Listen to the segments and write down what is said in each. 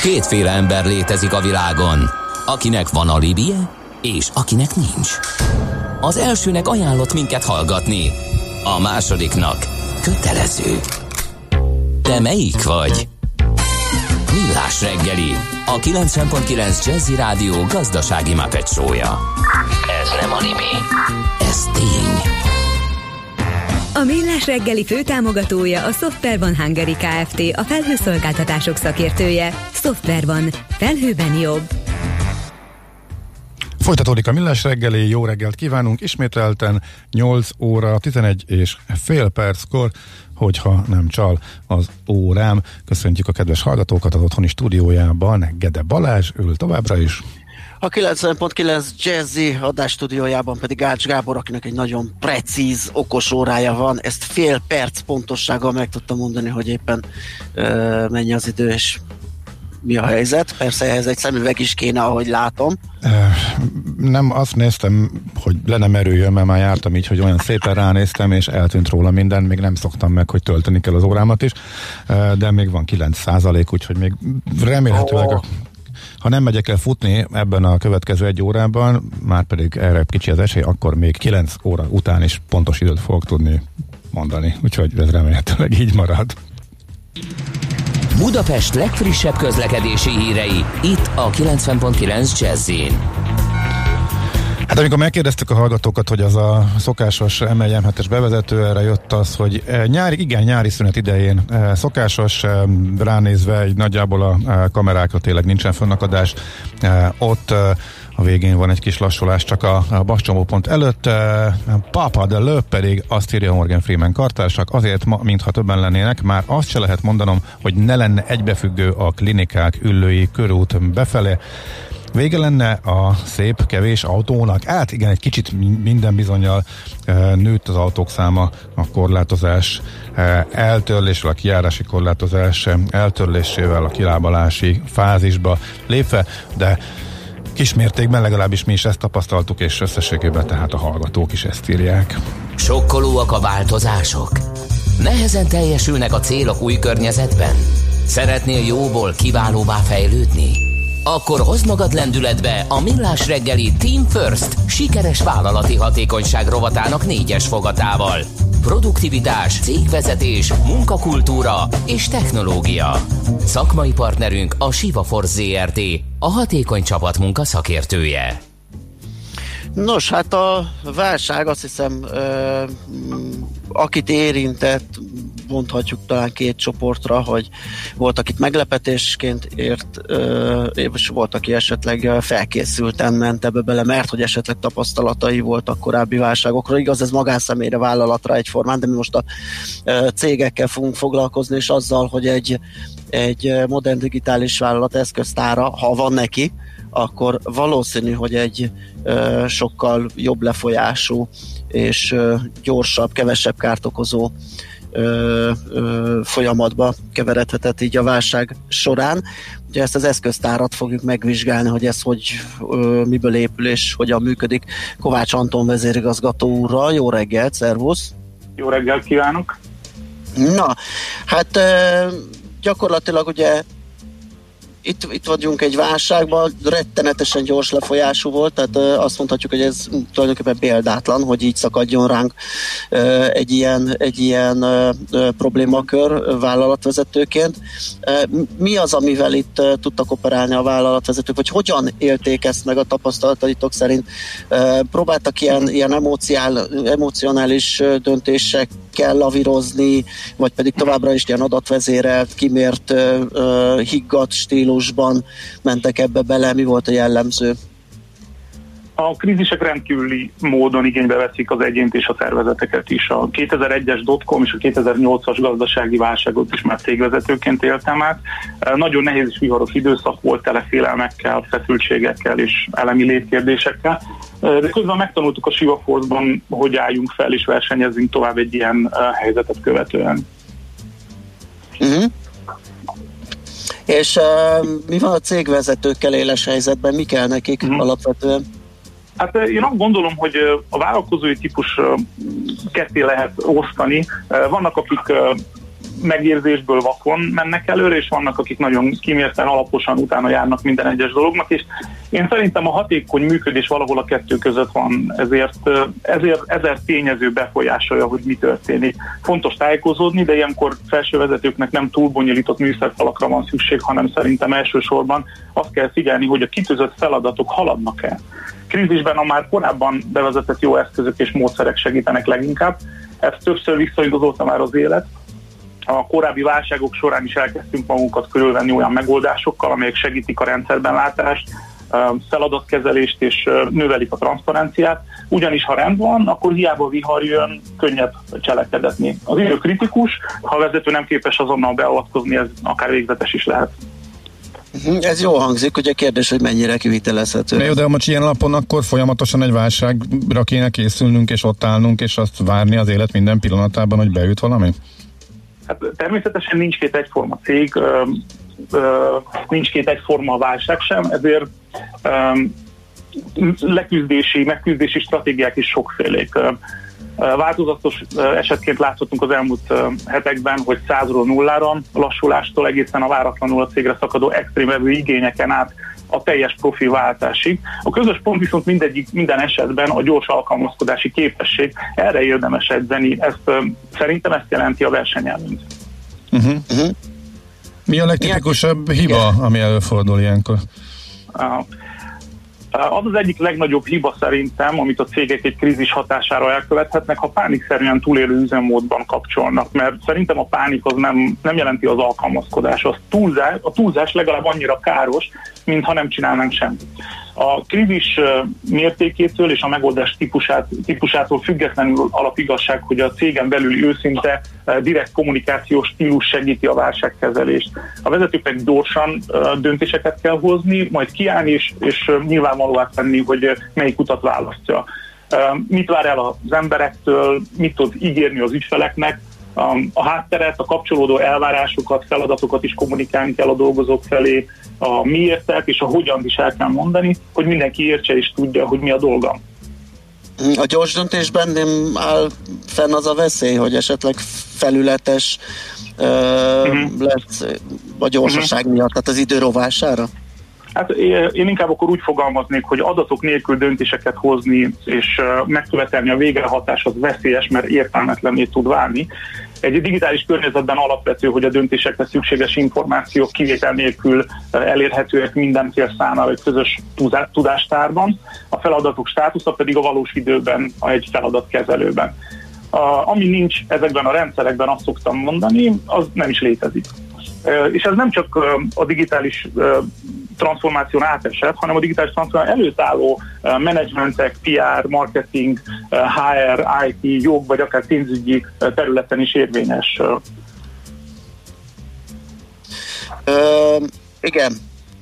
Kétféle ember létezik a világon, akinek van alibije, és akinek nincs. Az elsőnek ajánlott minket hallgatni, a másodiknak kötelező. Te melyik vagy? Millás reggeli, a 90.9 Jazzy Rádió gazdasági Muppet show-ja. Ez nem anime, ez tény. A Millás reggeli főtámogatója a Software One Hungary Kft., a felhőszolgáltatások szakértője. Software One. Felhőben jobb. Folytatódik a Millás reggeli, jó reggelt kívánunk, ismételten 8 óra 11 és fél perckor, hogyha nem csal az órám. Köszöntjük a kedves hallgatókat az otthoni stúdiójában. Gede Balázs ül továbbra is. A 90.9 Jazzy adásstúdiójában pedig Ács Gábor, akinek egy nagyon precíz, okos órája van. Ezt fél perc pontossággal meg tudtam mondani, hogy éppen mennyi az idő és mi a helyzet. Persze ehhez egy szemüveg is kéne, ahogy látom. Nem azt néztem, hogy le nem erüljön, mert már jártam így, hogy olyan szépen ránéztem, és eltűnt róla minden. Még nem szoktam meg, hogy tölteni kell az órámat is, de még van 9%, úgyhogy még remélhetőleg ha nem megyek el futni ebben a következő egy órában, már pedig erre kicsi az esély, akkor még 9 óra után is pontos időt fogok tudni mondani. Úgyhogy ez remélhetőleg így marad. Budapest legfrissebb közlekedési hírei, itt a 90.9 Jazzyn. Hát amikor megkérdeztük a hallgatókat, hogy az a szokásos M1-M7-es bevezető, erre jött az, hogy nyári szünet idején szokásos, ránézve így nagyjából a kamerákra tényleg nincsen fönnakadás. Ott a végén van egy kis lassulás csak a bascsomópont előtt. Papa de Löp pedig azt írja Morgan Freeman kartársak, azért ma, mintha többen lennének, már azt se lehet mondanom, hogy ne lenne egybefüggő a klinikák Üllői körút befelé. Vége lenne a szép, kevés autónak. Hát igen, egy kicsit minden bizonnyal nőtt az autók száma, a korlátozás eltörlésről, a kijárási korlátozás eltörlésével, a kilábalási fázisba lépve, de kismértékben legalábbis mi is ezt tapasztaltuk, és összességében tehát a hallgatók is ezt írják. Sokkolóak a változások? Nehezen teljesülnek a célok új környezetben? Szeretnél jóból kiválóvá fejlődni? Akkor hozd magad lendületbe a Millás reggeli Team First sikeres vállalati hatékonyság rovatának 4-es fogatával. Produktivitás, cégvezetés, munkakultúra és technológia. Szakmai partnerünk a Siva Force Zrt., a hatékony csapatmunka szakértője. Nos, hát a válság azt hiszem, akit érintett, mondhatjuk talán két csoportra, hogy volt, akit meglepetésként ért, és volt, aki esetleg felkészülten ment ebbe bele, mert hogy esetleg tapasztalatai voltak korábbi válságokról. Igaz, ez magánszemélyre, vállalatra egyformán, de mi most a cégekkel fogunk foglalkozni, és azzal, hogy egy modern digitális vállalat eszköztára, ha van neki, akkor valószínű, hogy egy sokkal jobb lefolyású és gyorsabb, kevesebb kárt okozó folyamatba keveredhetett így a válság során. Ugye ezt az eszköztárat fogjuk megvizsgálni, hogy ez miből épül és hogyan működik. Kovács Anton vezérigazgató úrral. Jó reggelt, szervusz! Jó reggelt kívánok! Na, hát gyakorlatilag ugye itt vagyunk egy válságban, rettenetesen gyors lefolyású volt, tehát azt mondhatjuk, hogy ez tulajdonképpen példátlan, hogy így szakadjon ránk egy ilyen problémakör vállalatvezetőként. Mi az, amivel itt tudtak operálni a vállalatvezetők, vagy hogyan élték ezt meg a tapasztalataitok szerint? Próbáltak ilyen emocionális döntésekkel lavírozni, vagy pedig továbbra is ilyen adatvezérelt, kimért, higgadt stílusban mentek ebbe bele? Mi volt a jellemző? A krízisek rendkívüli módon igénybe veszik az egyént és a szervezeteket is. A 2001-es dotcom és a 2008-as gazdasági válságot is már cégvezetőként éltem át. Nagyon nehéz és viharos időszak volt, tele félelmekkel, feszültségekkel és elemi létkérdésekkel. De közben megtanultuk a Siva Force-ban, hogy álljunk fel és versenyezzünk tovább egy ilyen helyzetet követően. Uh-huh. És mi van a cégvezetőkkel éles helyzetben? Mi kell nekik alapvetően? Hát én azt gondolom, hogy a vállalkozói típus ketté lehet osztani. Vannak, akik megérzésből vakon mennek előre, és vannak, akik nagyon kimérten, alaposan utána járnak minden egyes dolognak, és én szerintem a hatékony működés valahol a kettő között van, ezért ezer tényező befolyásolja, hogy mi történik. Fontos tájékozódni, de ilyenkor felsővezetőknek nem túl bonyolított műszerfalakra van szükség, hanem szerintem elsősorban azt kell figyelni, hogy a kitűzött feladatok haladnak el. Krízisben a már korábban bevezetett jó eszközök és módszerek segítenek leginkább. Ezt többször visszaigazolta már az élet. A korábbi válságok során is elkezdtünk magunkat körülvenni olyan megoldásokkal, amelyek segítik a rendszerben látást, feladatkezelést és növelik a transzparenciát. Ugyanis ha rend van, akkor hiába vihar jön, könnyebb cselekedetni. Az idő kritikus, ha a vezető nem képes azonnal beavatkozni, ez akár végzetes is lehet. Ez jól hangzik, ugye kérdés, hogy mennyire kivitelezhető. De jó, de most ilyen napon akkor folyamatosan egy válságra kéne készülnünk, és ott állnunk, és azt várni az élet minden pillanatában, hogy beüt valami? Hát természetesen nincs két egyforma cég, nincs két egyforma válság sem, ezért megküzdési stratégiák is sokfélék. Változatos esetként láthatunk az elmúlt hetekben, hogy 100-ról 0-ra lassulástól egészen a váratlanul a cégre szakadó extrém evő igényeken át a teljes profi váltásig. A közös pont viszont minden esetben a gyors alkalmazkodási képesség, erre érdemes edzeni, szerintem ezt jelenti a versenyelőnyt. Mi a legtipikusabb hiba, ami előfordul ilyenkor? Az az egyik legnagyobb hiba szerintem, amit a cégek egy krízis hatására elkövethetnek, ha pánikszerűen túlélő üzemmódban kapcsolnak, mert szerintem a pánik az nem jelenti az alkalmazkodás. A túlzás legalább annyira káros, mint ha nem csinálnánk semmit. A krízis mértékétől és a megoldás típusától függetlenül alapigazság, hogy a cégen belüli őszinte, direkt kommunikációs stílus segíti a válságkezelést. A vezetőknek gyorsan döntéseket kell hozni, majd kiállni és nyilvánvalóvá tenni, hogy melyik utat választja. Mit vár el az emberektől, mit tud ígérni az ügyfeleknek, a hátteret, a kapcsolódó elvárásokat, feladatokat is kommunikálni kell a dolgozók felé, a miértet és a hogyan is el kell mondani, hogy mindenki értse és tudja, hogy mi a dolga. A gyors döntésben nem áll fenn az a veszély, hogy esetleg felületes lesz a gyorsaság miatt, tehát az idő rovására? Hát én inkább akkor úgy fogalmaznék, hogy adatok nélkül döntéseket hozni és megkövetelni a végrehatás az veszélyes, mert értelmetlenné tud válni. Egy digitális környezetben alapvető, hogy a döntésekre szükséges információk kivétel nélkül elérhetőek mindenféle számára egy közös tudástárban, a feladatok státusza pedig a valós időben egy feladatkezelőben. Ami nincs ezekben a rendszerekben, azt szoktam mondani, az nem is létezik. És ez nem csak a digitális transformáción átesett, hanem a digitális transformáció előtt álló menedzsmentek, PR, marketing, HR, IT, jog, vagy akár pénzügyi területen is érvényes. Igen.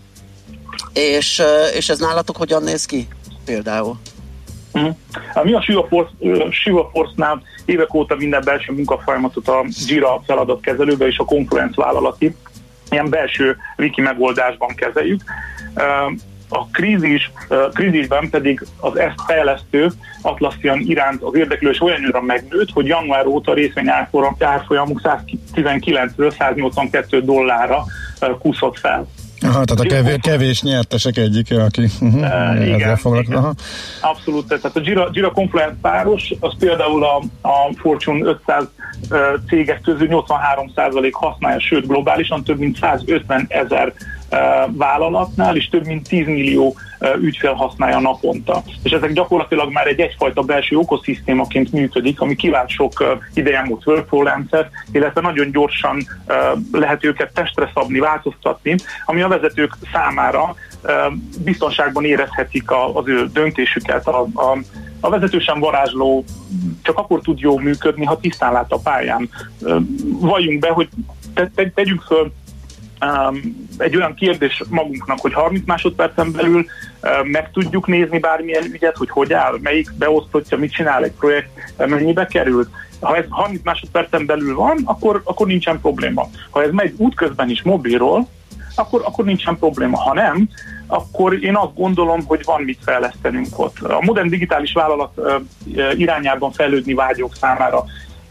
És ez nálatok hogyan néz ki például? Mi a Shiva Force-nál évek óta minden belső munkafolyamatot a Jira feladatkezelőbe és a Confluence vállalati ilyen belső wiki megoldásban kezeljük. A krízisben pedig az ezt fejlesztő Atlassian iránt az érdeklődés olyannyira megnőtt, hogy január óta részvény árfolyamuk 119-ről 182 dollárra kúszott fel. Aha, tehát a kevés nyertesek egyike, aki ezzel foglalkozik. Abszolút, tehát a Jira Confluence páros, az például a Fortune 500 cégek közül 83% használja, sőt globálisan több mint 150 000 vállalatnál, és több mint 10 millió ügyfél használja naponta. És ezek gyakorlatilag már egyfajta belső ökoszisztémaként működik, ami kivált sok idejen múlt workflow rendszer, illetve nagyon gyorsan lehet őket testre szabni, változtatni, ami a vezetők számára biztonságban érezhetik az ő döntésüket. A vezető sem varázsló, csak akkor tud jól működni, ha tisztán lát a pályán. Valljunk be, hogy tegyünk föl egy olyan kérdés magunknak, hogy 30 másodpercen belül meg tudjuk nézni bármilyen ügyet, hogy áll, melyik beosztottja, mit csinál egy projekt, mennyibe került. Ha ez 30 másodpercen belül van, akkor nincsen probléma. Ha ez megy útközben is mobilról, akkor nincsen probléma. Ha nem, akkor én azt gondolom, hogy van mit fejlesztenünk ott. A modern digitális vállalat irányában fejlődni vágyók számára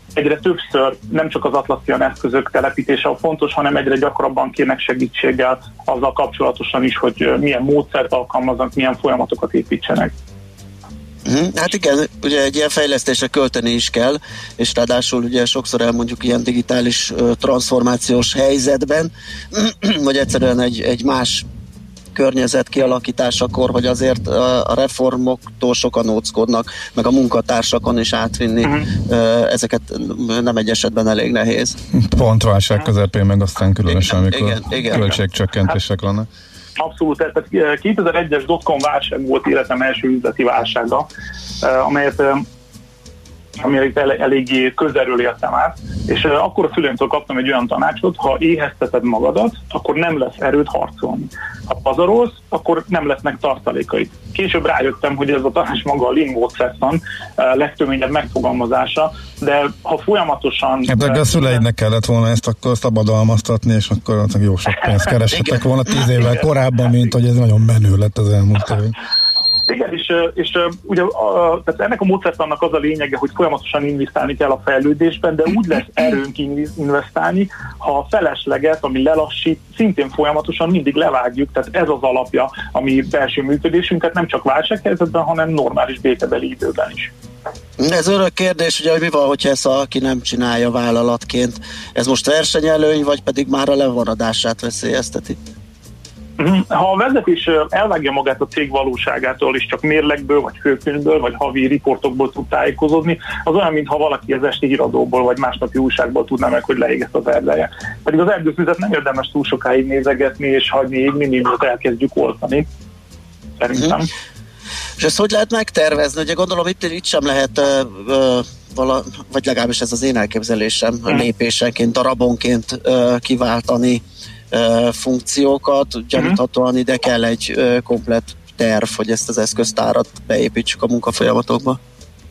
egyre többször nem csak az Atlassian eszközök telepítése a fontos, hanem egyre gyakrabban kérnek segítséggel azzal kapcsolatosan is, hogy milyen módszert alkalmaznak, milyen folyamatokat építsenek. Hát igen, ugye egy ilyen fejlesztésre költeni is kell, és ráadásul ugye sokszor elmondjuk ilyen digitális transformációs helyzetben, vagy egyszerűen egy más környezet kialakításakor, hogy azért a reformoktól sokan óckodnak, meg a munkatársakon is átvinni, ezeket nem egy esetben elég nehéz. Pont válság közepén, meg aztán különösen, amikor költségcsökkentések vannak. Abszolút, tehát 2001-es dotcom válság volt életem első üzleti válsága, amelyet eléggé közelről éltem át, és akkor a szüleimtől kaptam egy olyan tanácsot, ha éhezteted magadat, akkor nem lesz erőd harcolni. Ha pazarolsz, akkor nem lesznek tartalékaid. Később rájöttem, hogy ez a tanács maga a Lean módszertan legtöményebb megfogalmazása, de ha folyamatosan... Hát a szüleidnek kellett volna ezt akkor szabadalmaztatni, és akkor jó sok pénzt kereshettek volna 10 évvel korábban, mint hogy ez nagyon menő lett az elmúlt évek. Igen, és ugye tehát ennek a módszertannak az a lényege, hogy folyamatosan investálni kell a fejlődésben, de úgy lesz erőnk investálni, ha a felesleget, ami lelassít, szintén folyamatosan mindig levágjuk, tehát ez az alapja a mi belső működésünket, nem csak válsághelyzetben, hanem normális békebeli időben is. Ez örök kérdés, ugye, hogy mi van, hogyha ezt aki nem csinálja vállalatként. Ez most versenyelőny, vagy pedig már a lemaradását veszélyezteti? Ha a vezetés elvágja magát a cég valóságától, és csak mérlegből, vagy főkönyvből, vagy havi riportokból tud tájékozódni, az olyan, mintha valaki az esti híradóból, vagy másnapi újságból tudná meg, hogy leégett az erdeje. Pedig az erdőtüzet nem érdemes túl sokáig nézegetni, és hagyni égni, mielőtt elkezdjük oltani. Szerintem. És ezt hogy lehet megtervezni? Ugye gondolom itt sem lehet vagy legalábbis ez az én elképzelésem, lépésenként, darabonként kiváltani funkciókat, gyaníthatóan ide kell egy komplett terv, hogy ezt az eszköztárat beépítsük a munkafolyamatokba.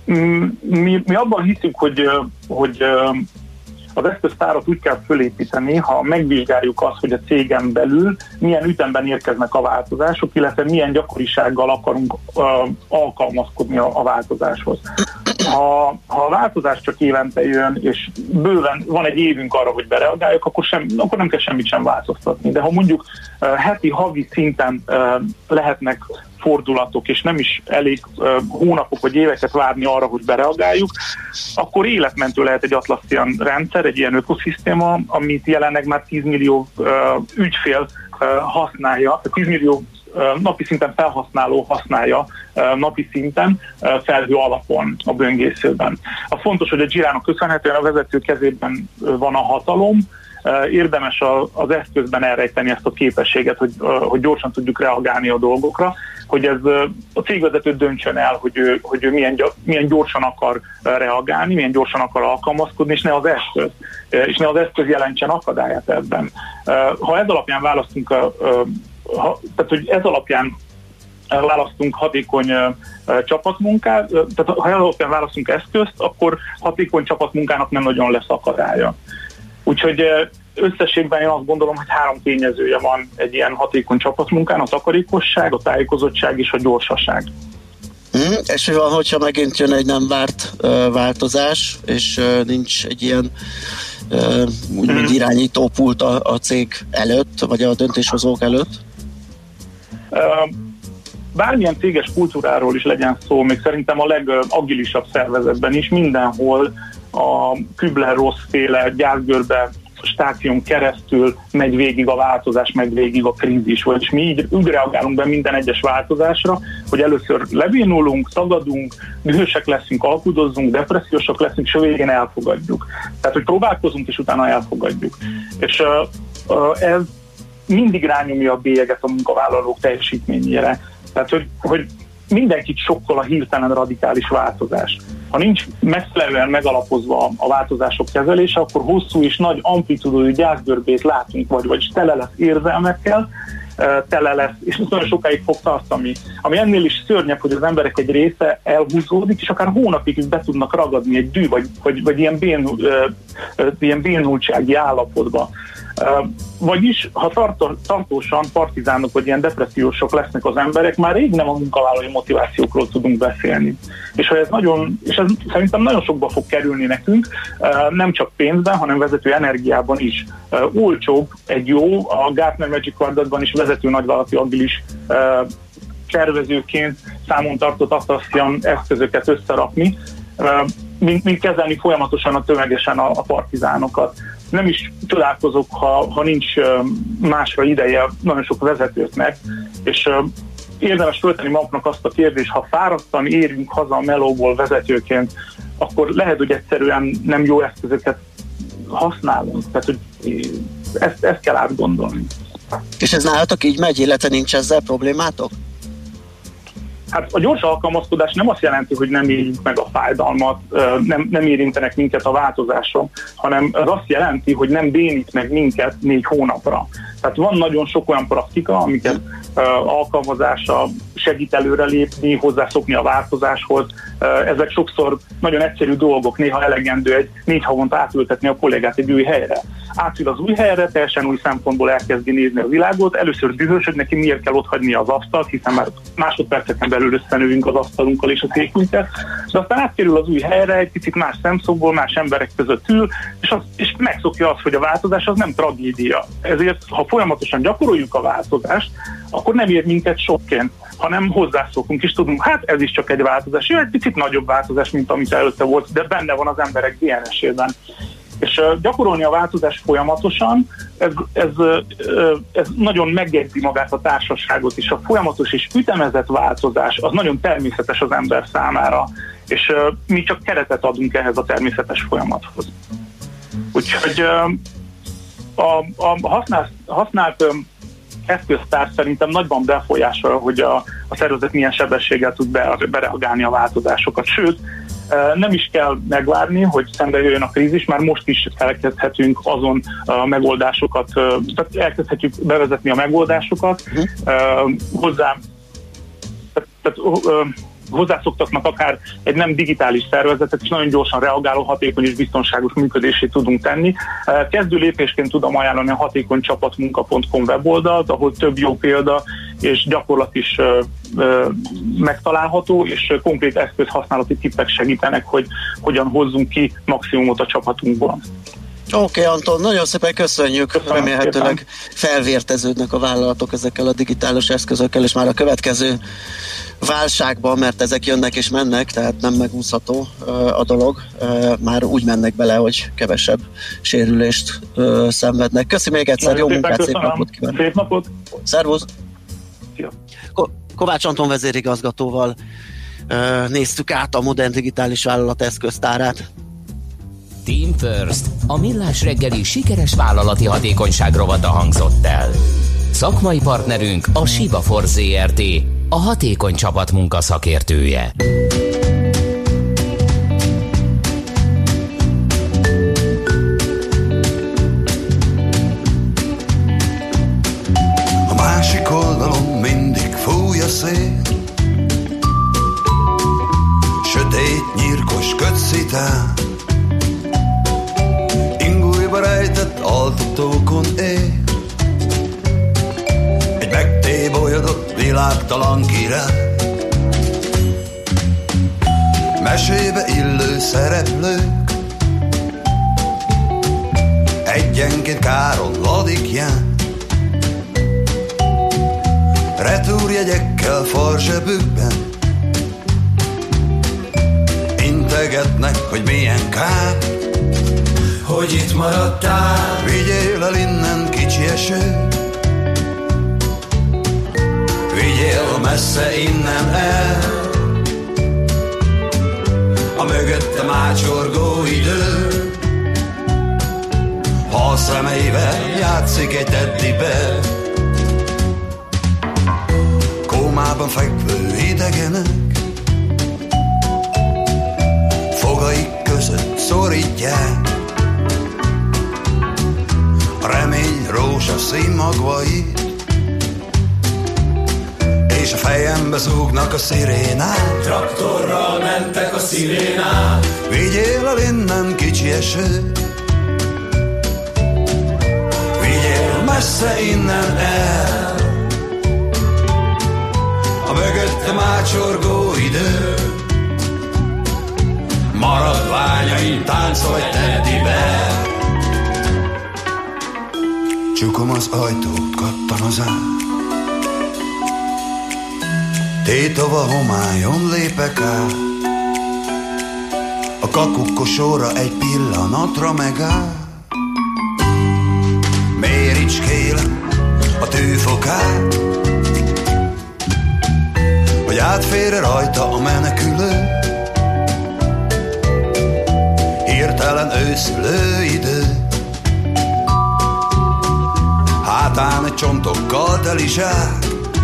Mi abban hiszünk, hogy az eszköztárat úgy kell fölépíteni, ha megvizsgáljuk azt, hogy a cégen belül milyen ütemben érkeznek a változások, illetve milyen gyakorisággal akarunk alkalmazkodni a változáshoz. Ha a változás csak évente jön, és bőven van egy évünk arra, hogy bereagáljuk, akkor nem kell semmit sem változtatni. De ha mondjuk heti, havi szinten lehetnek fordulatok, és nem is elég hónapok vagy éveket várni arra, hogy bereagáljuk, akkor életmentő lehet egy Atlassian rendszer, egy ilyen ökoszisztéma, amit jelenleg már 10 millió ügyfél használja, 10 millió napi szinten felhasználó használja napi szinten felhő alapon a böngészőben. A fontos, hogy a Jira-nak köszönhetően a vezető kezében van a hatalom, érdemes az eszközben elrejteni ezt a képességet, hogy gyorsan tudjuk reagálni a dolgokra, hogy ez a cégvezető döntsön el, hogy ő milyen gyorsan akar reagálni, milyen gyorsan akar alkalmazkodni, és ne az eszköz jelentsen akadályát ebben. Ha ez alapján választunk tehát, hogy ez alapján választunk hatékony csapatmunkát, tehát ha ez alapján választunk eszközt, akkor hatékony csapatmunkának nem nagyon lesz akadálya. Úgyhogy összességben én azt gondolom, hogy 3 tényezője van egy ilyen hatékony csapatmunkán, a takarékosság, a tájékozottság és a gyorsaság. És mi van, hogyha megint jön egy nem várt változás, és nincs egy ilyen úgymond irányítópult a cég előtt, vagy a döntéshozók előtt? Bármilyen céges kultúráról is legyen szó, még szerintem a legagilisabb szervezetben is, mindenhol a Kübler-Ross féle gyászgörbe stáción keresztül megy végig a változás, megy végig a krízis, vagyis mi így úgy reagálunk be minden egyes változásra, hogy először lebénulunk, tagadunk, dühösek leszünk, alkudozzunk, depressziósak leszünk, és a végén elfogadjuk. Tehát, hogy próbálkozunk, és utána elfogadjuk. És ez mindig rányomja a bélyeget a munkavállalók teljesítményére. Tehát, hogy mindenkit sokkal a hirtelen radikális változás. Ha nincs megfelelően megalapozva a változások kezelése, akkor hosszú és nagy amplitúdói gyászgörbét látunk, vagy tele lesz érzelmekkel, tele lesz, és nagyon sokáig fog tartani. Ami ennél is szörnyebb, hogy az emberek egy része elhúzódik, és akár hónapig is be tudnak ragadni egy dű, vagy ilyen bénultsági állapotba. Vagyis, ha tartósan partizánok vagy ilyen depressziósok lesznek az emberek, már rég nem a munkavállalói motivációkról tudunk beszélni. És ez szerintem nagyon sokba fog kerülni nekünk, nem csak pénzben, hanem vezető energiában is. Olcsóbb egy jó, a Gartner Magic Quadrantban is vezető nagyvállalati agilis tervezőként számon tartott asztalian eszközöket összerakni, mint kezelni folyamatosan tömegesen a partizánokat. Nem is csodálkozok, ha nincs másra ideje nagyon sok vezetőknek, és érdemes föltenni maguknak azt a kérdést, ha fáradtan érünk haza a melóból vezetőként, akkor lehet, hogy egyszerűen nem jó eszközöket használunk. Tehát, hogy ezt kell átgondolni. És ez nálatok így megy, illetve nincs ezzel problémátok? Hát a gyors alkalmazkodás nem azt jelenti, hogy nem érjük meg a fájdalmat, nem érintenek minket a változások, hanem az azt jelenti, hogy nem bénít meg minket 4 hónapra. Tehát van nagyon sok olyan praktika, amiket alkalmazása segít előrelépni, hozzászokni a változáshoz. Ezek sokszor nagyon egyszerű dolgok, néha elegendő egy 4 havonta átültetni a kollégát egy új helyre. Átül az új helyre, teljesen új szempontból elkezdi nézni a világot, először dühösöd neki, miért kell otthagyni az asztalt, hiszen már másodperceken belül összenövünk az asztalunkkal és a székünkkel, de aztán átkerül az új helyre, egy picit más szemszögből, más emberek között ül, és megszokja azt, hogy a változás az nem tragédia. Ezért, ha folyamatosan gyakoroljuk a változást, akkor nem ér minket sokként, hanem hozzászokunk, és tudunk, hát ez is csak egy változás. Jó, egy picit nagyobb változás, mint amit előtte volt, de benne van az emberek DNS-ében. És gyakorolni a változást folyamatosan, ez nagyon megjegyzi magát a társaságot is. A folyamatos és ütemezett változás az nagyon természetes az ember számára, és mi csak keretet adunk ehhez a természetes folyamathoz. Úgyhogy a használt eszköztár szerintem nagyban befolyásolja, hogy a szervezet milyen sebességgel tud bereagálni a változásokat. Sőt, nem is kell megvárni, hogy szembe jöjjön a krízis, már most is elkezdhetünk azon a megoldásokat, tehát elkezdhetjük bevezetni a megoldásokat, hozzászoktatnak akár egy nem digitális szervezetet, és nagyon gyorsan reagáló, hatékony és biztonságos működését tudunk tenni. Kezdő lépésként tudom ajánlani a hatékonycsapatmunka.com weboldalt, ahol több jó példa és gyakorlat is megtalálható, és konkrét eszközhasználati tippek segítenek, hogy hogyan hozzunk ki maximumot a csapatunkból. Oké, Anton, nagyon szépen köszönjük. Remélhetőleg felvérteződnek a vállalatok ezekkel a digitális eszközökkel, és már a következő válságban, mert ezek jönnek és mennek, tehát nem megúszható a dolog, már úgy mennek bele, hogy kevesebb sérülést szenvednek. Köszi még egyszer, jó munkát, szép napot kívánok! Szép napot! Szervusz! Kovács Anton vezérigazgatóval néztük át a modern digitális vállalat eszköztárát. Team First, a Millás reggeli sikeres vállalati hatékonyság rovata hangzott el. Szakmai partnerünk a Shiba Force Zrt., a hatékony csapatmunka szakértője. A másik oldalon mindig fúj a szél, sötét, nyírkos kötszitál, ingújba rejtett altatókon él, egy megtébolyodott világtalan király. Mesébe illő szereplők egyenként káron ladikján, retúrjegyekkel farzsebükben integetnek, hogy milyen kár, hogy itt maradtál. Vigyél el innen, kicsi eső, vigyél messze innen el, a mögöttem ácsorgó idő, ha a szemeivel játszik egy teddibe. Kómában fekvő idegenek fogaik között szorítják a remény rózsaszín magvait, és a fejembe zúgnak a szirénák. Traktorral mentek a szirénák. Vigyél el innen, kicsi eső, messze innen el, a mögöttem ácsorgó idő, maradványain táncolj teddibe. Csukom az ajtót, kattan az ár, tétova homályon lépek át, a kakukkosóra egy pillanatra megáll. Méricskélem a tűfokát, hogy átfér rajta a menekülő, hirtelen őszülő idő. Hátán egy csontokkal teli zsák,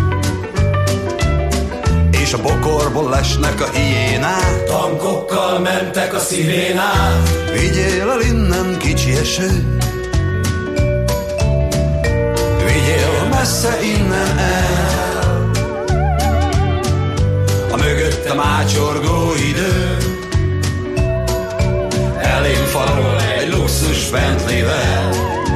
és a bokorból lesnek a hiénák. Tankokkal mentek a szirénák. Vigyél el innen kicsi eső, vigyél messze innen el, a mögöttem ácsorgó idő, elém farol egy luxus Bentleyvel.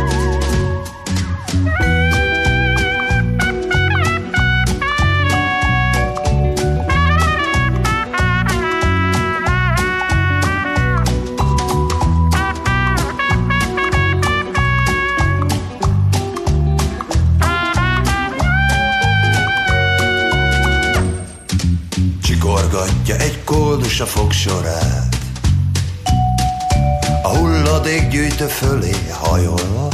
Csikorgatja egy koldus a fogsorát, a hulladékgyűjtő fölé hajolva,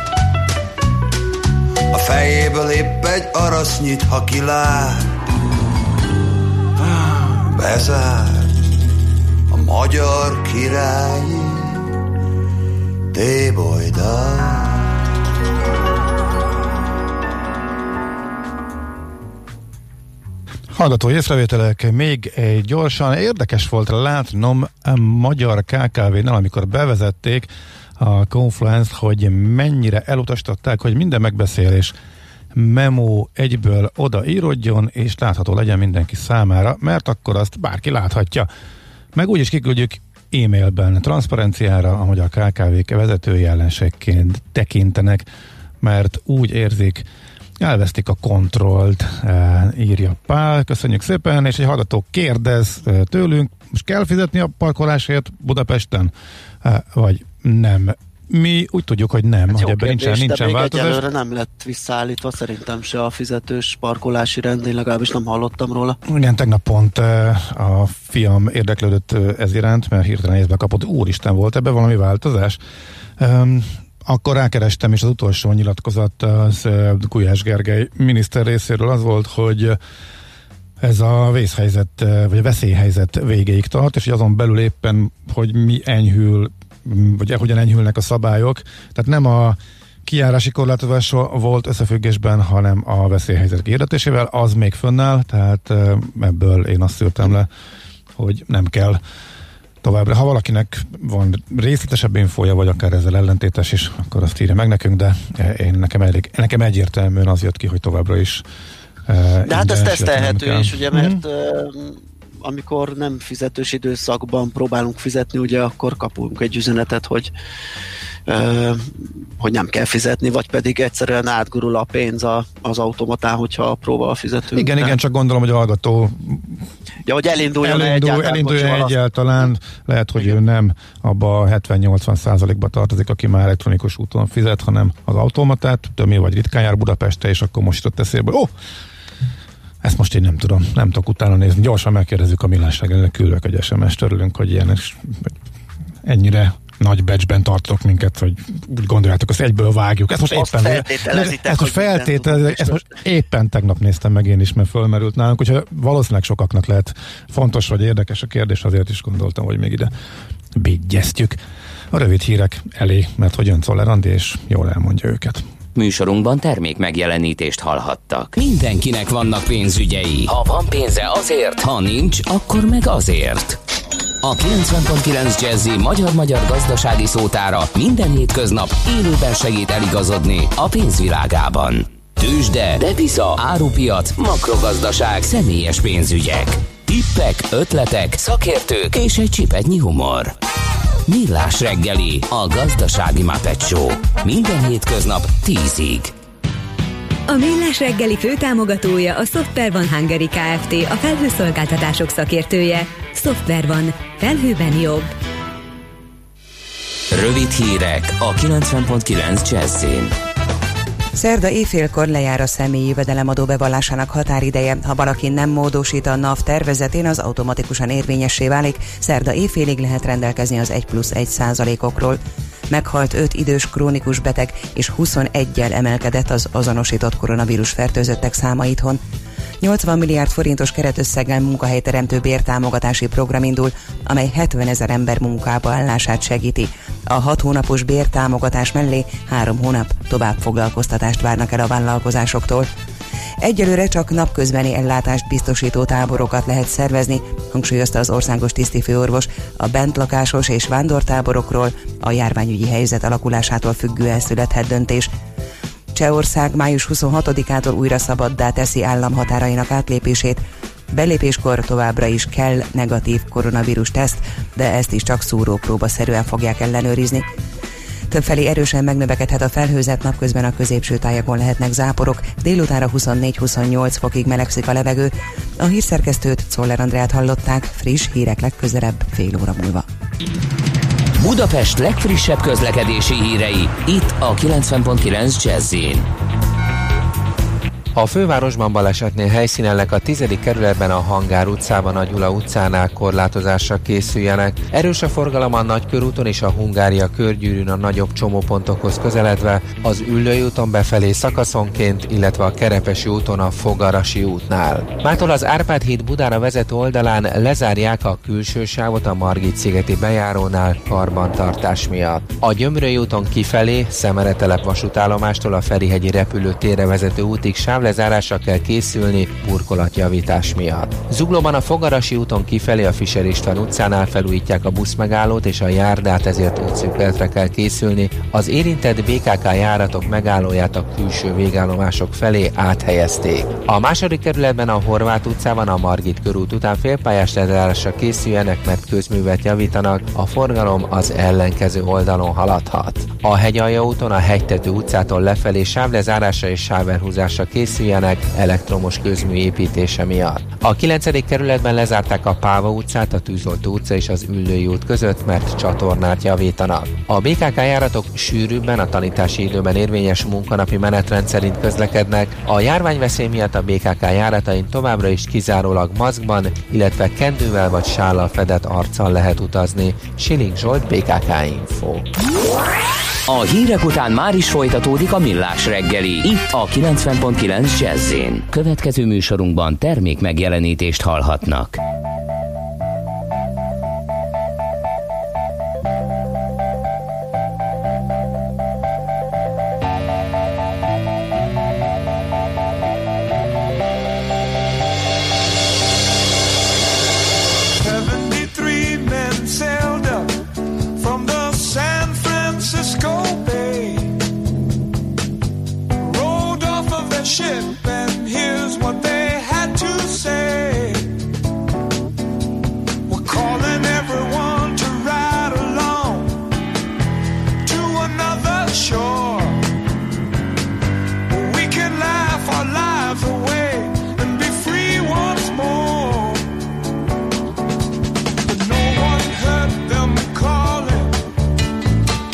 a fejéből épp egy arasznyit, ha kilát, bezár a magyar királyi tébolydát. Hallgató észrevételek, még egy gyorsan. Érdekes volt látnom a magyar KKV-nál, amikor bevezették a Confluence-t, hogy mennyire elutasították, hogy minden megbeszélés memo egyből odaírodjon, és látható legyen mindenki számára, mert akkor azt bárki láthatja. Meg úgyis kiküldjük e-mailben, transzparenciára a magyar KKV-k vezetői ellenségként tekintenek, mert úgy érzik, elvesztik a kontrollt, írja Pál. Köszönjük szépen, és egy hallgató kérdez tőlünk, most kell fizetni a parkolásért Budapesten, vagy nem? Mi úgy tudjuk, hogy nem, hogy ebben nincsen változás. Egyelőre nem lett visszaállítva, szerintem se a fizetős parkolási rend, én legalábbis nem hallottam róla. Igen, tegnap pont a fiam érdeklődött ez iránt, mert hirtelen észbe kapott, úristen, volt ebben valami változás? Akkor rákerestem, és az utolsó nyilatkozat az Gulyás Gergely miniszter részéről az volt, hogy ez a vészhelyzet, vagy a veszélyhelyzet végéig tart, és hogy azon belül éppen, hogy mi enyhül, vagy hogyan enyhülnek a szabályok. Tehát nem a kijárási korlátozásra volt összefüggésben, hanem a veszélyhelyzet kiirdetésével, az még fönnáll, tehát ebből én azt szűrtem le, hogy nem kell továbbra. Ha valakinek van részletesebb infója, vagy akár ezzel ellentétes is, akkor azt írja meg nekünk, de nekem egyértelműen az jött ki, hogy továbbra is de hát ez tesztelhető is, ugye, mert amikor nem fizetős időszakban próbálunk fizetni, ugye akkor kapunk egy üzenetet, hogy nem kell fizetni, vagy pedig egyszerűen átgurul a pénz az automatán, hogyha próbál fizetünk. Igen, csak gondolom, hogy a hallgató hogy elinduljon egyáltalán. Lehet, hogy ő nem abba a 70-80%-ba tartozik, aki már elektronikus úton fizet, hanem az automatát, többé vagy ritkán jár Budapestre, és akkor most jutott eszébe. Ezt most én nem tudok utána nézni. Gyorsan megkérdezzük a Millás reggelnek, küldök egy SMS-t, örülünk, hogy ilyen ennyire nagy batchben tartok minket, hogy úgy gondoljátok, azt egyből vágjuk. Ezt most éppen tegnap néztem meg én is, mert fölmerült nálunk, úgyhogy valószínűleg sokaknak lehet fontos vagy érdekes a kérdés, azért is gondoltam, hogy még ide bigyeztjük a rövid hírek elé, mert hogy jön Czoller Andi, és jól elmondja őket. Műsorunkban termék megjelenítést hallhattak. Mindenkinek vannak pénzügyei. Ha van pénze azért, ha nincs, akkor meg azért. A 90.9 Jazzy magyar-magyar gazdasági szótára minden hétköznap élőben segít eligazodni a pénzvilágában. Tőzsde, depisza, árupiac, makrogazdaság, személyes pénzügyek. Tippek, ötletek, szakértők és egy csipednyi humor. Millás reggeli, a gazdasági Muppet Show. Minden hétköznap 10-ig. A Millás reggeli főtámogatója a Software One Hungary Kft. A felhőszolgáltatások szakértője. Software One. Felhőben jobb. Rövid hírek a 90.9 Jazz-in. Szerda éjfélkor lejár a személyi jövedelemadó bevallásának határideje. Ha valaki nem módosít a NAV tervezetén, az automatikusan érvényessé válik. Szerda éjfélig lehet rendelkezni az 1+1%-okról. Meghalt 5 idős krónikus beteg, és 21-jel emelkedett az azonosított koronavírus fertőzöttek száma itthon. 80 milliárd forintos keretösszeggel munkahelyteremtő bértámogatási program indul, amely 70 000 ember munkába állását segíti. A 6 hónapos bértámogatás mellé 3 hónap továbbfoglalkoztatást várnak el a vállalkozásoktól. Egyelőre csak napközbeni ellátást biztosító táborokat lehet szervezni, hangsúlyozta az országos tisztifőorvos. A bentlakásos és vándortáborokról a járványügyi helyzet alakulásától függően születhet döntés. Csehország május 26-ától újra szabaddá teszi államhatárainak átlépését. Belépéskor továbbra is kell negatív koronavírus teszt, de ezt is csak szúrópróbaszerűen fogják ellenőrizni. Többfelé erősen megnövekedhet a felhőzet, napközben a középső tájakon lehetnek záporok, délutánra 24-28 fokig melegszik a levegő. A hírszerkesztőt, Czoller Andrát hallották, friss hírek legközelebb fél óra múlva. Budapest legfrissebb közlekedési hírei, itt a 90.9 Jazz-in. A fővárosban balesetnél helyszínelnek a 10. kerületben a Hangár utcában, a Gyula utcánál korlátozásra készüljenek. Erős a forgalom a Nagykörúton és a Hungária körgyűrűn a nagyobb csomópontokhoz közeledve, az Üllői úton befelé szakaszonként, illetve a Kerepesi úton a Fogarasi útnál. Mától az Árpád híd Budára vezető oldalán lezárják a külső sávot a Margit-szigeti bejárónál karbantartás miatt. A Gyömrői úton kifelé, Szemeretelep vasútállomástól a Ferihegyi repülőtérre vezető útig sávlezárásra kell készülni burkolatjavítás miatt. Zuglóban a Fogarasi úton kifelé a Fischer István utcánál felújítják a buszmegállót és a járdát, ezért útszűkületre kell készülni. Az érintett BKK járatok megállóját a külső végállomások felé áthelyezték. A második kerületben a Horváth utcában a Margit körút után félpályás lezárásra készüljenek, mert közművet javítanak, a forgalom az ellenkező oldalon haladhat. A Hegyalja úton a Hegytető utcától lefelé sávlezárásra és sávelhúzásra készüljenek elektromos közmű építése miatt. A 9. kerületben lezárták a Páva utcát, a Tűzoltó utca és az Üllői út között, mert csatornát javítanak. A BKK járatok sűrűbben a tanítási időben érvényes munkanapi menetrend szerint közlekednek. A járványveszély miatt a BKK járatain továbbra is kizárólag maszkban, illetve kendővel vagy sállal fedett arccal lehet utazni. Siling Zsolt, BKK Info. A hírek után már is folytatódik a Millás reggeli, itt a 90.9 Jazz-in. Következő műsorunkban termék megjelenítést hallhatnak.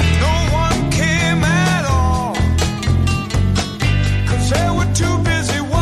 Too busy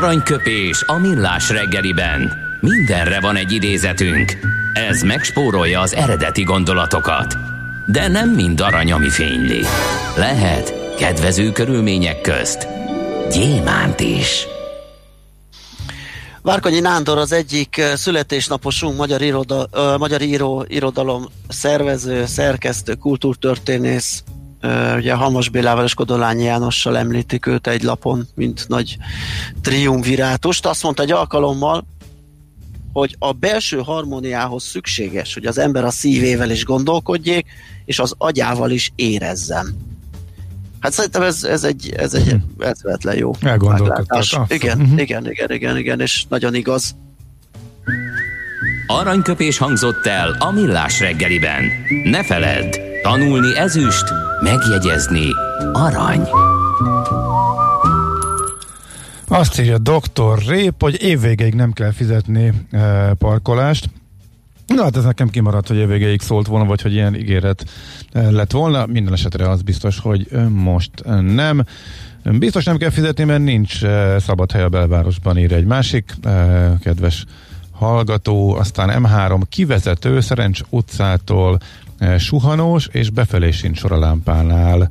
Aranyköpés a millás reggeliben. Mindenre van egy idézetünk. Ez megspórolja az eredeti gondolatokat. De nem mind arany, ami fényli. Lehet kedvező körülmények közt gyémánt is. Várkonyi Nándor az egyik születésnaposunk, magyar író, irodalom szervező, szerkesztő, kultúrtörténész. Ugye Halmos Bélával és Kodolányi Jánossal említik őt egy lapon, mint nagy triumvirátust. Azt mondta egy alkalommal, hogy a belső harmóniához szükséges, hogy az ember a szívével is gondolkodjék, és az agyával is érezzen. Hát szerintem ez egy eszméletlen jó meglátás. Igen, és nagyon igaz. Aranyköpés hangzott el a millás reggeliben. Ne feledd, tanulni ezüst, megjegyezni arany. Azt írja Dr. Rép, hogy évvégéig nem kell fizetni parkolást. Na hát ez nekem kimaradt, hogy évvégéig szólt volna, vagy hogy ilyen ígéret lett volna. Minden esetre az biztos, hogy most nem. Biztos nem kell fizetni, mert nincs szabad hely a belvárosban, ír egy másik kedves hallgató. Aztán M3 kivezető Szerencs utcától suhanós, és befelé sincs sor a lámpánál.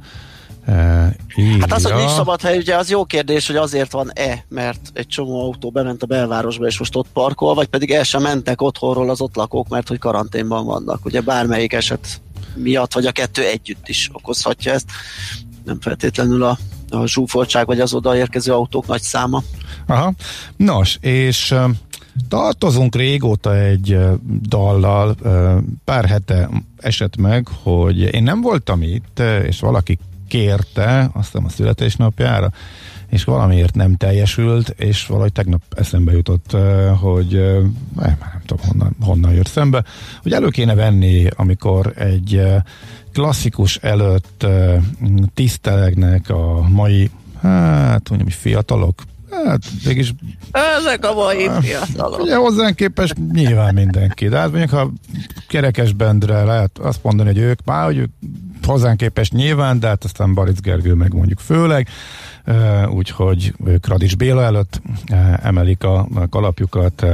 Hát az, hogy nincs szabad hely, ugye az jó kérdés, hogy azért van-e, mert egy csomó autó bement a belvárosba, és most ott parkol, vagy pedig el sem mentek otthonról az ott lakók, mert hogy karanténban vannak. Ugye bármelyik eset miatt, vagy a kettő együtt is okozhatja ezt. Nem feltétlenül a zsúfoltság, vagy az odaérkező autók nagy száma. Aha. Nos, és tartozunk régóta egy dallal, pár hete esett meg, hogy én nem voltam itt, és valaki kérte, azt hiszem a születésnapjára, és valamiért nem teljesült, és valahogy tegnap eszembe jutott, hogy nem tudom honnan jött szembe, hogy elő kéne venni, amikor egy klasszikus előtt tisztelegnek a mai, hát mondjam, fiatalok, hát mégis ezek a mai fiatalok. Ugye hozzánk képest nyilván mindenki, de hát mondjuk ha kerekesbendre lehet azt mondani, hogy ők már, hogy ők hozzánk képest nyilván, de hát aztán Baric Gergő meg mondjuk főleg, úgyhogy ők Radics Béla előtt emelik a kalapjukat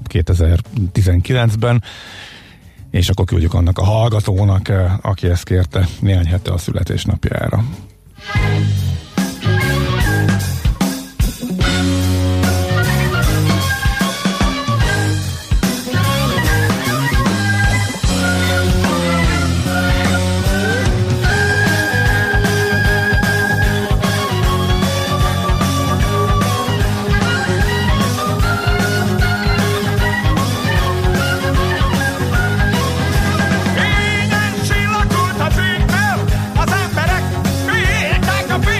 2019-ben, és akkor küldjük annak a hallgatónak, aki ezt kérte néhány hete a születésnapjára. Csillagkult a tűnkből, az emberek féltek a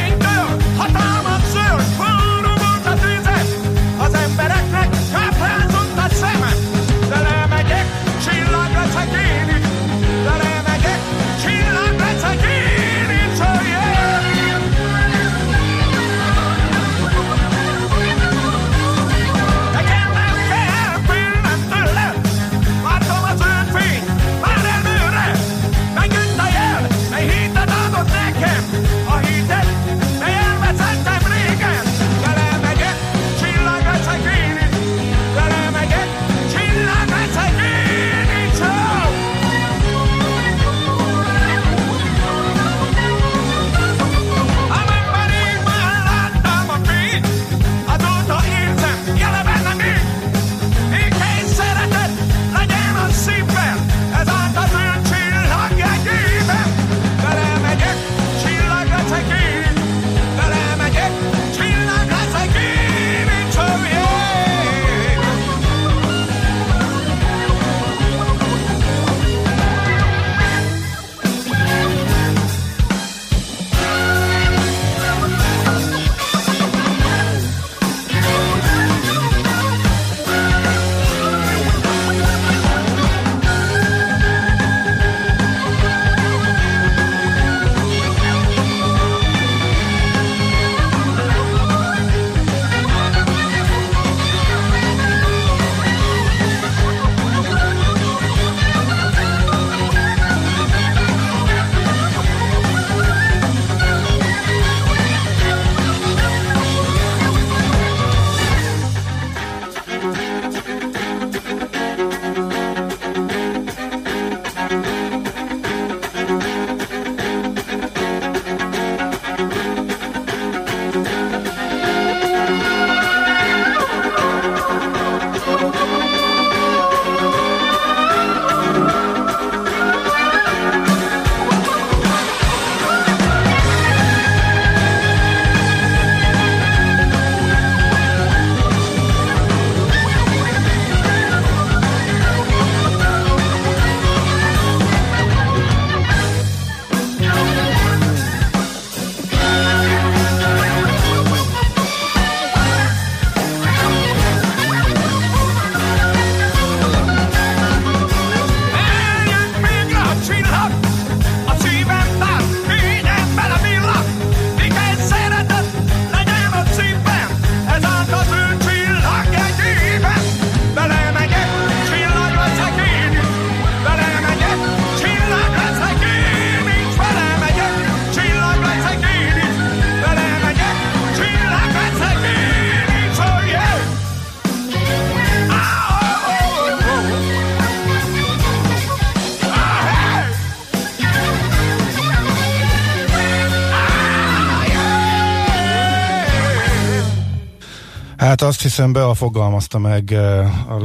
Hát azt hiszem, fogalmazta meg a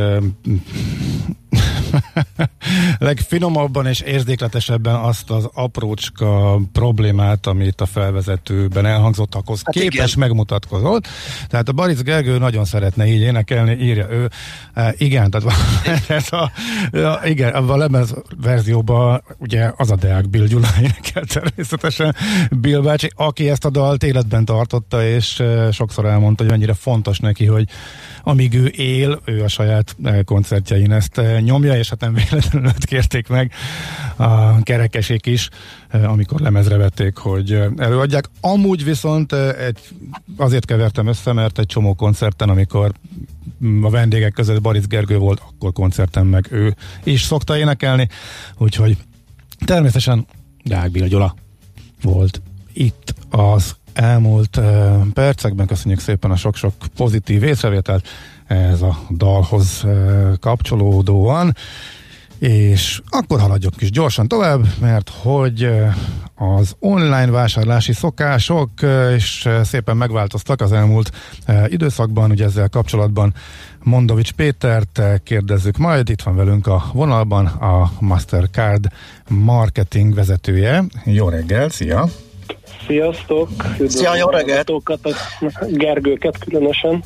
legfinomabban és érzékletesebben azt az aprócska problémát, amit a felvezetőben elhangzottakhoz képes megmutatkozott. Tehát a Baric Gergő nagyon szeretne így énekelni, írja ő. Igen, tehát igen, a lemez verzióban ugye az a Deák Bill Gyula énekel természetesen Bill bácsi, aki ezt a dalt életben tartotta, és sokszor elmondta, hogy mennyire fontos neki, hogy amíg ő él, ő a saját koncertjein ezt nyomja, és hát nem véletlenül kérték meg a kerekesék is, amikor lemezre vették, hogy előadják. Amúgy viszont azért kevertem össze, mert egy csomó koncerten, amikor a vendégek között Baric Gergő volt, akkor koncerten meg ő is szokta énekelni, úgyhogy természetesen Deák Bill Gyula volt itt az elmúlt percekben. Köszönjük szépen a sok-sok pozitív észrevételt ez a dalhoz kapcsolódóan, és akkor haladjunk is gyorsan tovább, mert hogy az online vásárlási szokások is szépen megváltoztak az elmúlt időszakban, ugye ezzel kapcsolatban Mondovics Pétert kérdezzük majd, itt van velünk a vonalban a Mastercard marketing vezetője. Jó reggel, szia! Sziasztok! Szia, jó reggelt! A Gergőket különösen.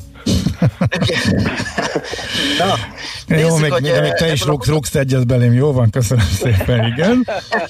Na, jó, még te is rúgsz egyet belém, jó van, köszönöm szépen, igen.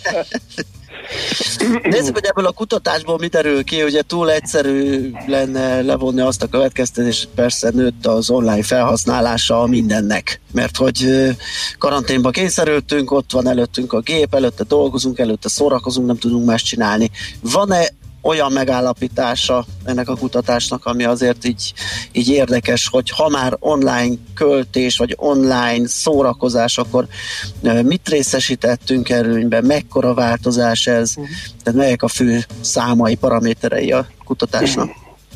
Nézzük, hogy ebből a kutatásból mit derül ki, ugye túl egyszerű lenne levonni azt a következtetést, persze nőtt az online felhasználása mindennek, mert hogy karanténba kényszerültünk, ott van előttünk a gép, előtte dolgozunk, előtte szórakozunk, nem tudunk más csinálni. Van-e olyan megállapítása ennek a kutatásnak, ami azért így érdekes, hogy ha már online költés, vagy online szórakozás, akkor mit részesítettünk előnyben, mekkora változás ez, tehát melyek a fő számai, paraméterei a kutatásnak?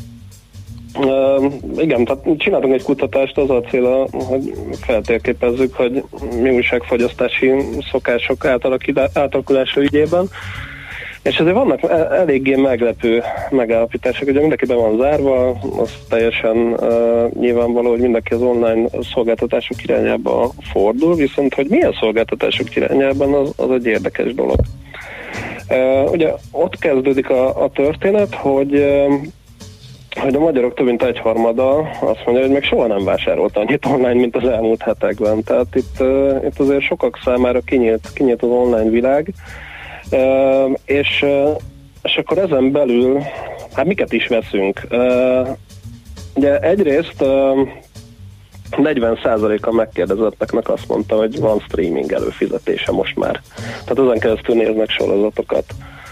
Igen, tehát csináltunk egy kutatást, az a cél, hogy feltérképezzük, hogy mi újságfogyasztási szokások átalakulása ügyében. És azért vannak eléggé meglepő megállapítások, ugye mindenki be van zárva, az teljesen nyilvánvaló, hogy mindenki az online szolgáltatások irányába fordul, viszont hogy milyen szolgáltatások irányában, az egy érdekes dolog. Ugye ott kezdődik a történet, hogy a magyarok több mint egyharmada azt mondja, hogy meg soha nem vásárolt annyit online, mint az elmúlt hetekben. Tehát itt azért sokak számára kinyílt az online világ, és akkor ezen belül, hát miket is veszünk? Ugye egyrészt 40%-a megkérdezetteknek azt mondta, hogy van streaming előfizetése most már. Tehát ezen keresztül néznek sorozatokat.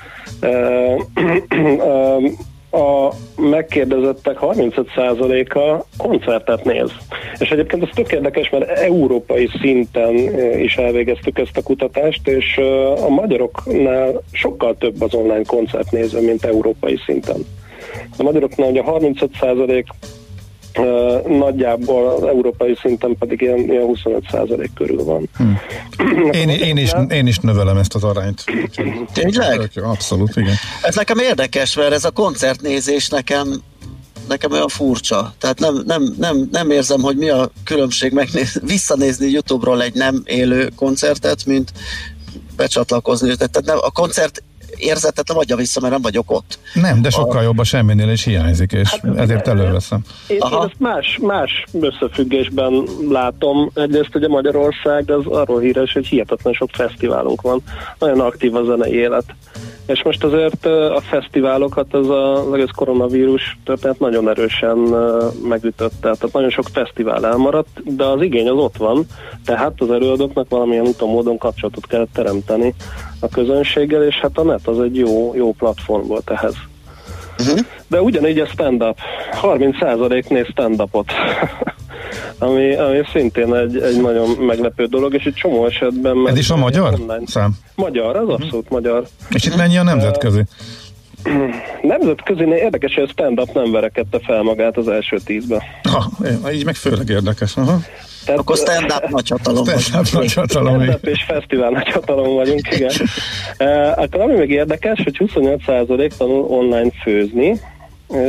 A megkérdezettek 35%-a koncertet néz. És egyébként ez tök érdekes, mert európai szinten is elvégeztük ezt a kutatást, és a magyaroknál sokkal több az online koncertnéző, mint európai szinten. A magyaroknál ugye 35%, nagyjából az európai szinten pedig ilyen 25% körül van. Én is növelem ezt az arányt. Tényleg? Abszolút, igen. Ez nekem érdekes, mert ez a koncertnézés nekem olyan furcsa. Tehát nem érzem, hogy mi a különbség visszanézni YouTube-ról egy nem élő koncertet, mint becsatlakozni. Tehát nem, a koncert érzetet nem adja vissza, mert nem vagyok ott. Nem, de sokkal jobb a semminél is hiányzik, és ezért előveszem. Én ezt más összefüggésben látom. Egyrészt ugye Magyarország az arról híres, hogy hihetetlen sok fesztiválunk van. Nagyon aktív a zenei élet. És most azért a fesztiválokat az egész koronavírus történet nagyon erősen megütötte. Tehát nagyon sok fesztivál elmaradt, de az igény az ott van, tehát az előadóknak valamilyen úton módon kapcsolatot kell teremteni a közönséggel, és hát a net az egy jó platform volt ehhez. De ugyanígy a stand-up. 30% néz stand-upot. ami szintén egy nagyon meglepő dolog, és egy csomó esetben... Ez is a magyar szám? Magyar, az abszolút magyar. És itt mennyi a nemzetközi? Nemzetközi érdekes, hogy a stand-up nem verekedte fel magát az első 10-ben. Így meg főleg érdekes. Tehát, akkor stand-up nagy hatalom Stand-up és fesztivál nagy hatalom vagyunk, igen. Akkor ami még érdekes, hogy 28% tanul online főzni, és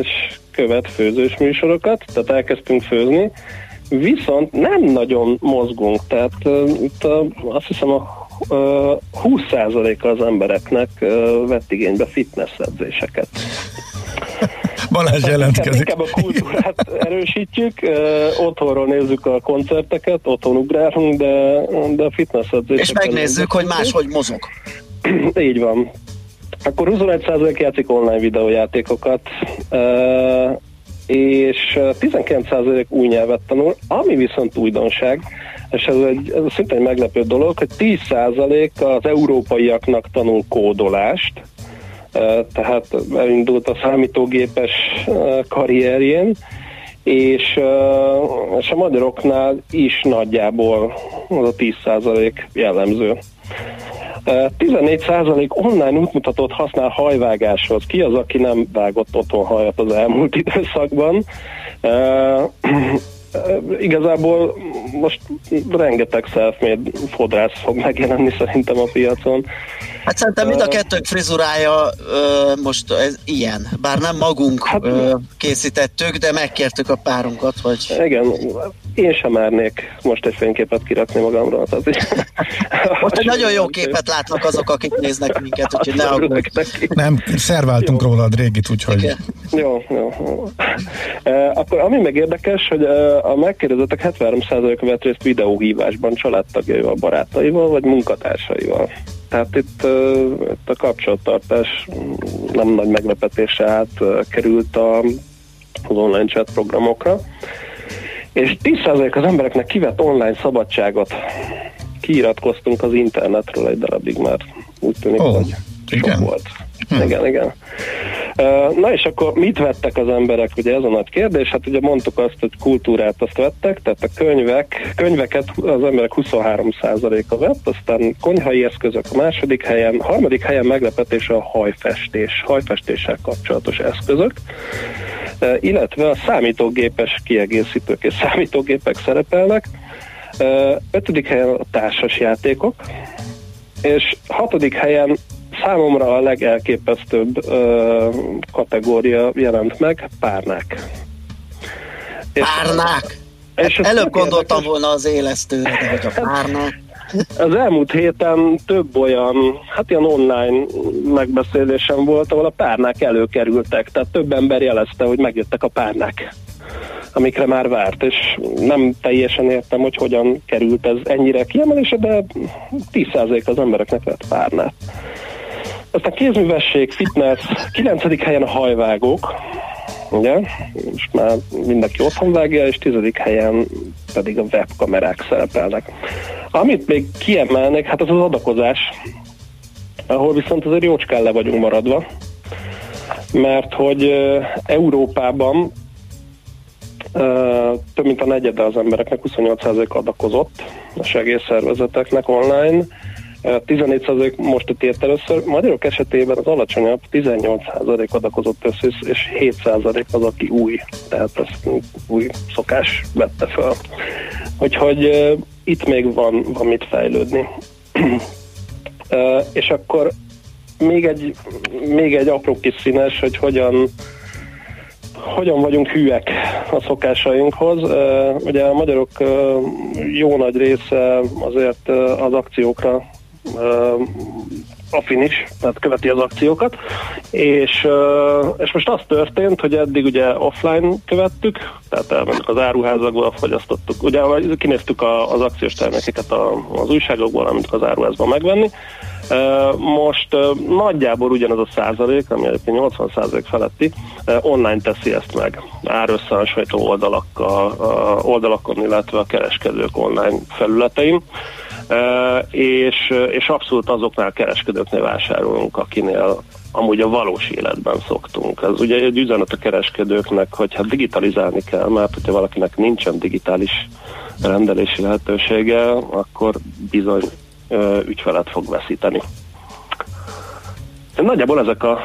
követ főzős műsorokat, tehát elkezdtünk főzni, viszont nem nagyon mozgunk, tehát itt azt hiszem a 20%-a az embereknek vett igénybe fitness edzéseket. Balázs jelentkezik. Inkább a kultúrát erősítjük, otthonról nézzük a koncerteket, otthon ugrálunk, de a fitness edzéseket... És megnézzük, hogy máshogy mozog. Így van. Akkor 21% játszik online videójátékokat, és 19% új nyelvet tanul, ami viszont újdonság, és ez szintén egy meglepő dolog, hogy 10% az európaiaknak tanul kódolást, tehát elindult a számítógépes karrierjén, és a magyaroknál is nagyjából az a 10% jellemző. 14% online útmutatót használ hajvágáshoz. Ki az, aki nem vágott otthon hajat az elmúlt időszakban? Igazából most rengeteg self-made fodrász fog megjelenni szerintem a piacon. Hát szerintem mind a kettőnk frizurája most ez ilyen. Bár nem magunk készítettük, de megkértük a párunkat, hogy... Igen, én sem mernék most egy fényképet kirakni magamról. Most egy nagyon jó képet látnak azok, akik néznek minket, úgyhogy ne aggódj. Nem, szerváltunk rólad régit, úgyhogy... Igen. Jó. Akkor ami meg érdekes, hogy a megkérdezettek 73%-a vett részt videóhívásban családtagjaival, barátaival, vagy munkatársaival. Tehát itt a kapcsolattartás nem nagy meglepetésre került az online chat programokra. És 10% az embereknek kivett online szabadságot. Kiiratkoztunk az internetről egy darabig, mert úgy tűnik, hogy sok volt. Igen. Na és akkor mit vettek az emberek? Ugye ez a nagy kérdés. Hát ugye mondtuk azt, hogy kultúrát azt vettek, tehát a könyveket az emberek 23%-a vett, aztán konyhai eszközök a második helyen, harmadik helyen meglepetés a hajfestéssel kapcsolatos eszközök, illetve a számítógépes kiegészítők és számítógépek szerepelnek, ötödik helyen a társas játékok, és hatodik helyen számomra a legelképesztőbb kategória jelent meg, párnák. Párnák? És előbb gondoltam volna az élesztőre, de hogy a párnák. Az elmúlt héten több olyan, ilyen online megbeszélésem volt, ahol a párnák előkerültek, tehát több ember jelezte, hogy megjöttek a párnák, amikre már várt, és nem teljesen értem, hogy hogyan került ez ennyire kiemelésre, de 10% az embereknek lett párnát. Aztán kézművesség, fitness, 9. helyen a hajvágók, ugye, most már mindenki otthon vágja, és 10. helyen pedig a webkamerák szerepelnek. Amit még kiemelnék, hát az az adakozás, ahol viszont azért jócskán le vagyunk maradva, mert hogy Európában több mint a negyede az embereknek, 28% adakozott a segélyszervezeteknek online, 14% most ért először, magyarok esetében az alacsonyabb, 18% adakozott össze, és 7% az, aki új, tehát ezt új szokás vette fel. Úgyhogy itt még van mit fejlődni. És akkor még egy apró kis színes, hogy hogyan vagyunk hűek a szokásainkhoz. Ugye a magyarok jó nagy része azért az akciókra affinis, tehát követi az akciókat, és most az történt, hogy eddig ugye offline követtük, tehát elmentük az áruházakból, fogyasztottuk, ugye kinéztük az akciós termékeket az újságokból, amit az áruházban megvenni. Most nagyjából ugyanaz a százalék, ami egyébként 80% feletti, online teszi ezt meg. Árösszehasonlító oldalakon, illetve a kereskedők online felületein. És abszolút azoknál kereskedőknél vásárolunk, akinél amúgy a valós életben szoktunk. Ez ugye egy üzenet a kereskedőknek, hogy hát digitalizálni kell, mert hogyha valakinek nincsen digitális rendelési lehetősége, akkor bizony ügyfelet fog veszíteni. Nagyjából ezek a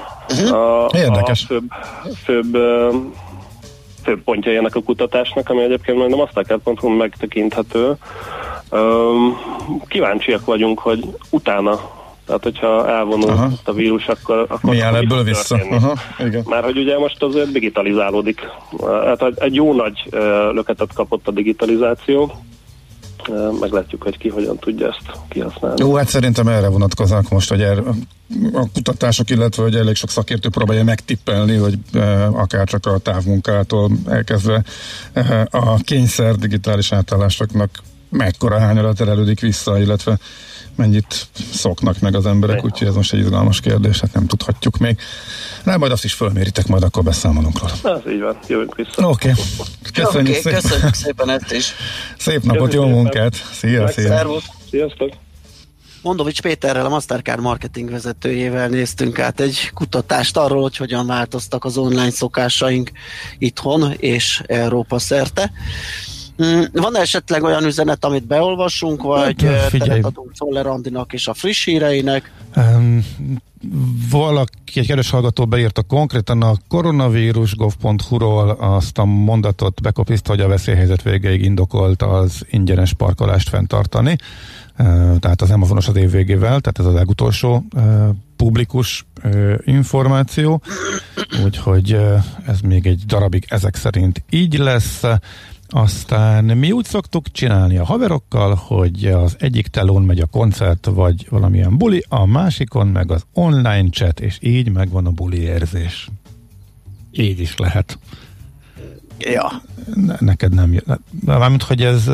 főbb pontjai ennek a kutatásnak, ami egyébként majd a mastercard.hu megtekinthető. Kíváncsiak vagyunk, hogy utána Tehát, hogyha elvonul a vírus, akkor mi áll ebből vissza? Igen. Már hogy ugye most azért digitalizálódik. Hát egy jó nagy löketet kapott a digitalizáció. Meglátjuk, hogy ki hogyan tudja ezt kihasználni. Jó, hát szerintem erre vonatkoznak most, hogy a kutatások, illetve hogy elég sok szakértő próbálja megtippelni, hogy akár csak a távmunkától elkezdve a kényszer digitális átállásoknak mekkora hányra terelődik vissza, illetve mennyit szoknak meg az emberek, úgyhogy ez most egy izgalmas kérdés, hát nem tudhatjuk még. De majd azt is fölméritek, majd akkor beszámolunk róla. Ez így van, jövünk vissza. Oké. Köszönjük szépen ezt is. Szép napot, jó munkát. Szia. Sziasztok. Mondovics Péterrel, a Mastercard marketing vezetőjével néztünk át egy kutatást arról, hogy hogyan változtak az online szokásaink itthon és Európa szerte. Van esetleg olyan üzenet, amit beolvassunk, vagy teret adunk Czoller Andinak és a friss híreinek? Valaki, egy kedves hallgató beírta konkrétan a koronavírus.gov.hu-ról azt a mondatot bekopiszta, hogy a veszélyhelyzet végéig indokolt az ingyenes parkolást fenntartani. Tehát az nem azonos az év végével, tehát ez az legutolsó publikus információ, úgyhogy ez még egy darabig ezek szerint így lesz. Aztán mi úgy szoktuk csinálni a haverokkal, hogy az egyik telón megy a koncert, vagy valamilyen buli, a másikon meg az online chat, és így megvan a buli érzés. Így is lehet. Ja. Neked nem jön. Mármint, hogy ez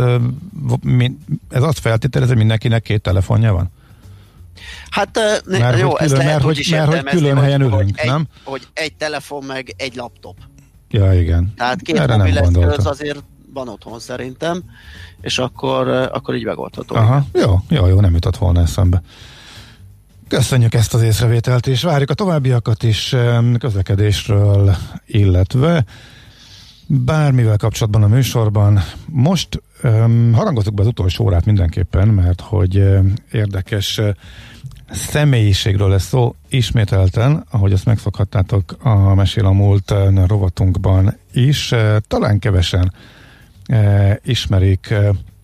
azt feltételez, hogy mindenkinek 2 telefonja van? Hát jó, ez lehet úgy is értelmezni, hogy külön helyen ülünk, nem? Hogy egy telefon meg egy laptop. Ja, igen. Tehát 2 mobileszköz azért van otthon szerintem, és akkor így megoldható. Aha, jó, nem jutott volna eszembe. Köszönjük ezt az észrevételt, és várjuk a továbbiakat is közlekedésről, illetve bármivel kapcsolatban a műsorban. Most harangozzuk be az utolsó órát mindenképpen, mert hogy érdekes személyiségről lesz szó ismételten, ahogy azt megszokhattátok a Mesél a Múlt rovatunkban is. Talán kevesen ismerik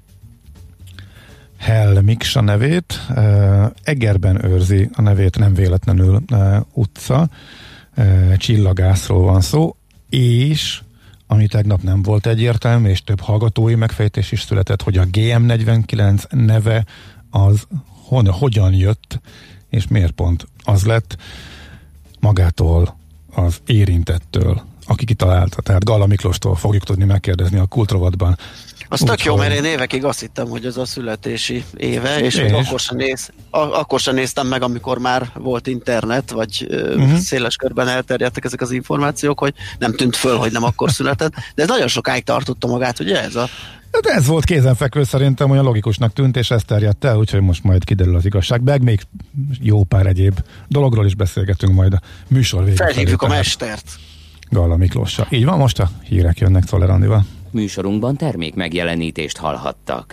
Hell Miksa nevét. Egerben őrzi a nevét, nem véletlenül utca. Csillagászról van szó, és ami tegnap nem volt egyértelmű, és több hallgatói megfejtés is született, hogy a GM49 neve az hogyan jött, és miért pont az lett magától, az érintettől, aki kitalálta. Tehát Galla Miklóstól fogjuk tudni megkérdezni a Kultrovatban. Az tök jó, mert én évekig azt hittem, hogy ez a születési éve, és hogy akkor sem néztem meg, amikor már volt internet, vagy széles körben elterjedtek ezek az információk, hogy nem tűnt föl, hogy nem akkor született, de ez nagyon sokáig tartotta magát, ugye ez a... De ez volt kézenfekvő, szerintem olyan logikusnak tűnt, és ez terjedt el, úgyhogy most majd kiderül az igazság. Meg még jó pár egyéb dologról is beszélgetünk majd a műsor végén. Felhívjuk a mestert. Galla Miklóssal. Így van, most a hírek jönnek Czoller Andival. Műsorunkban termék megjelenítést hallhattak.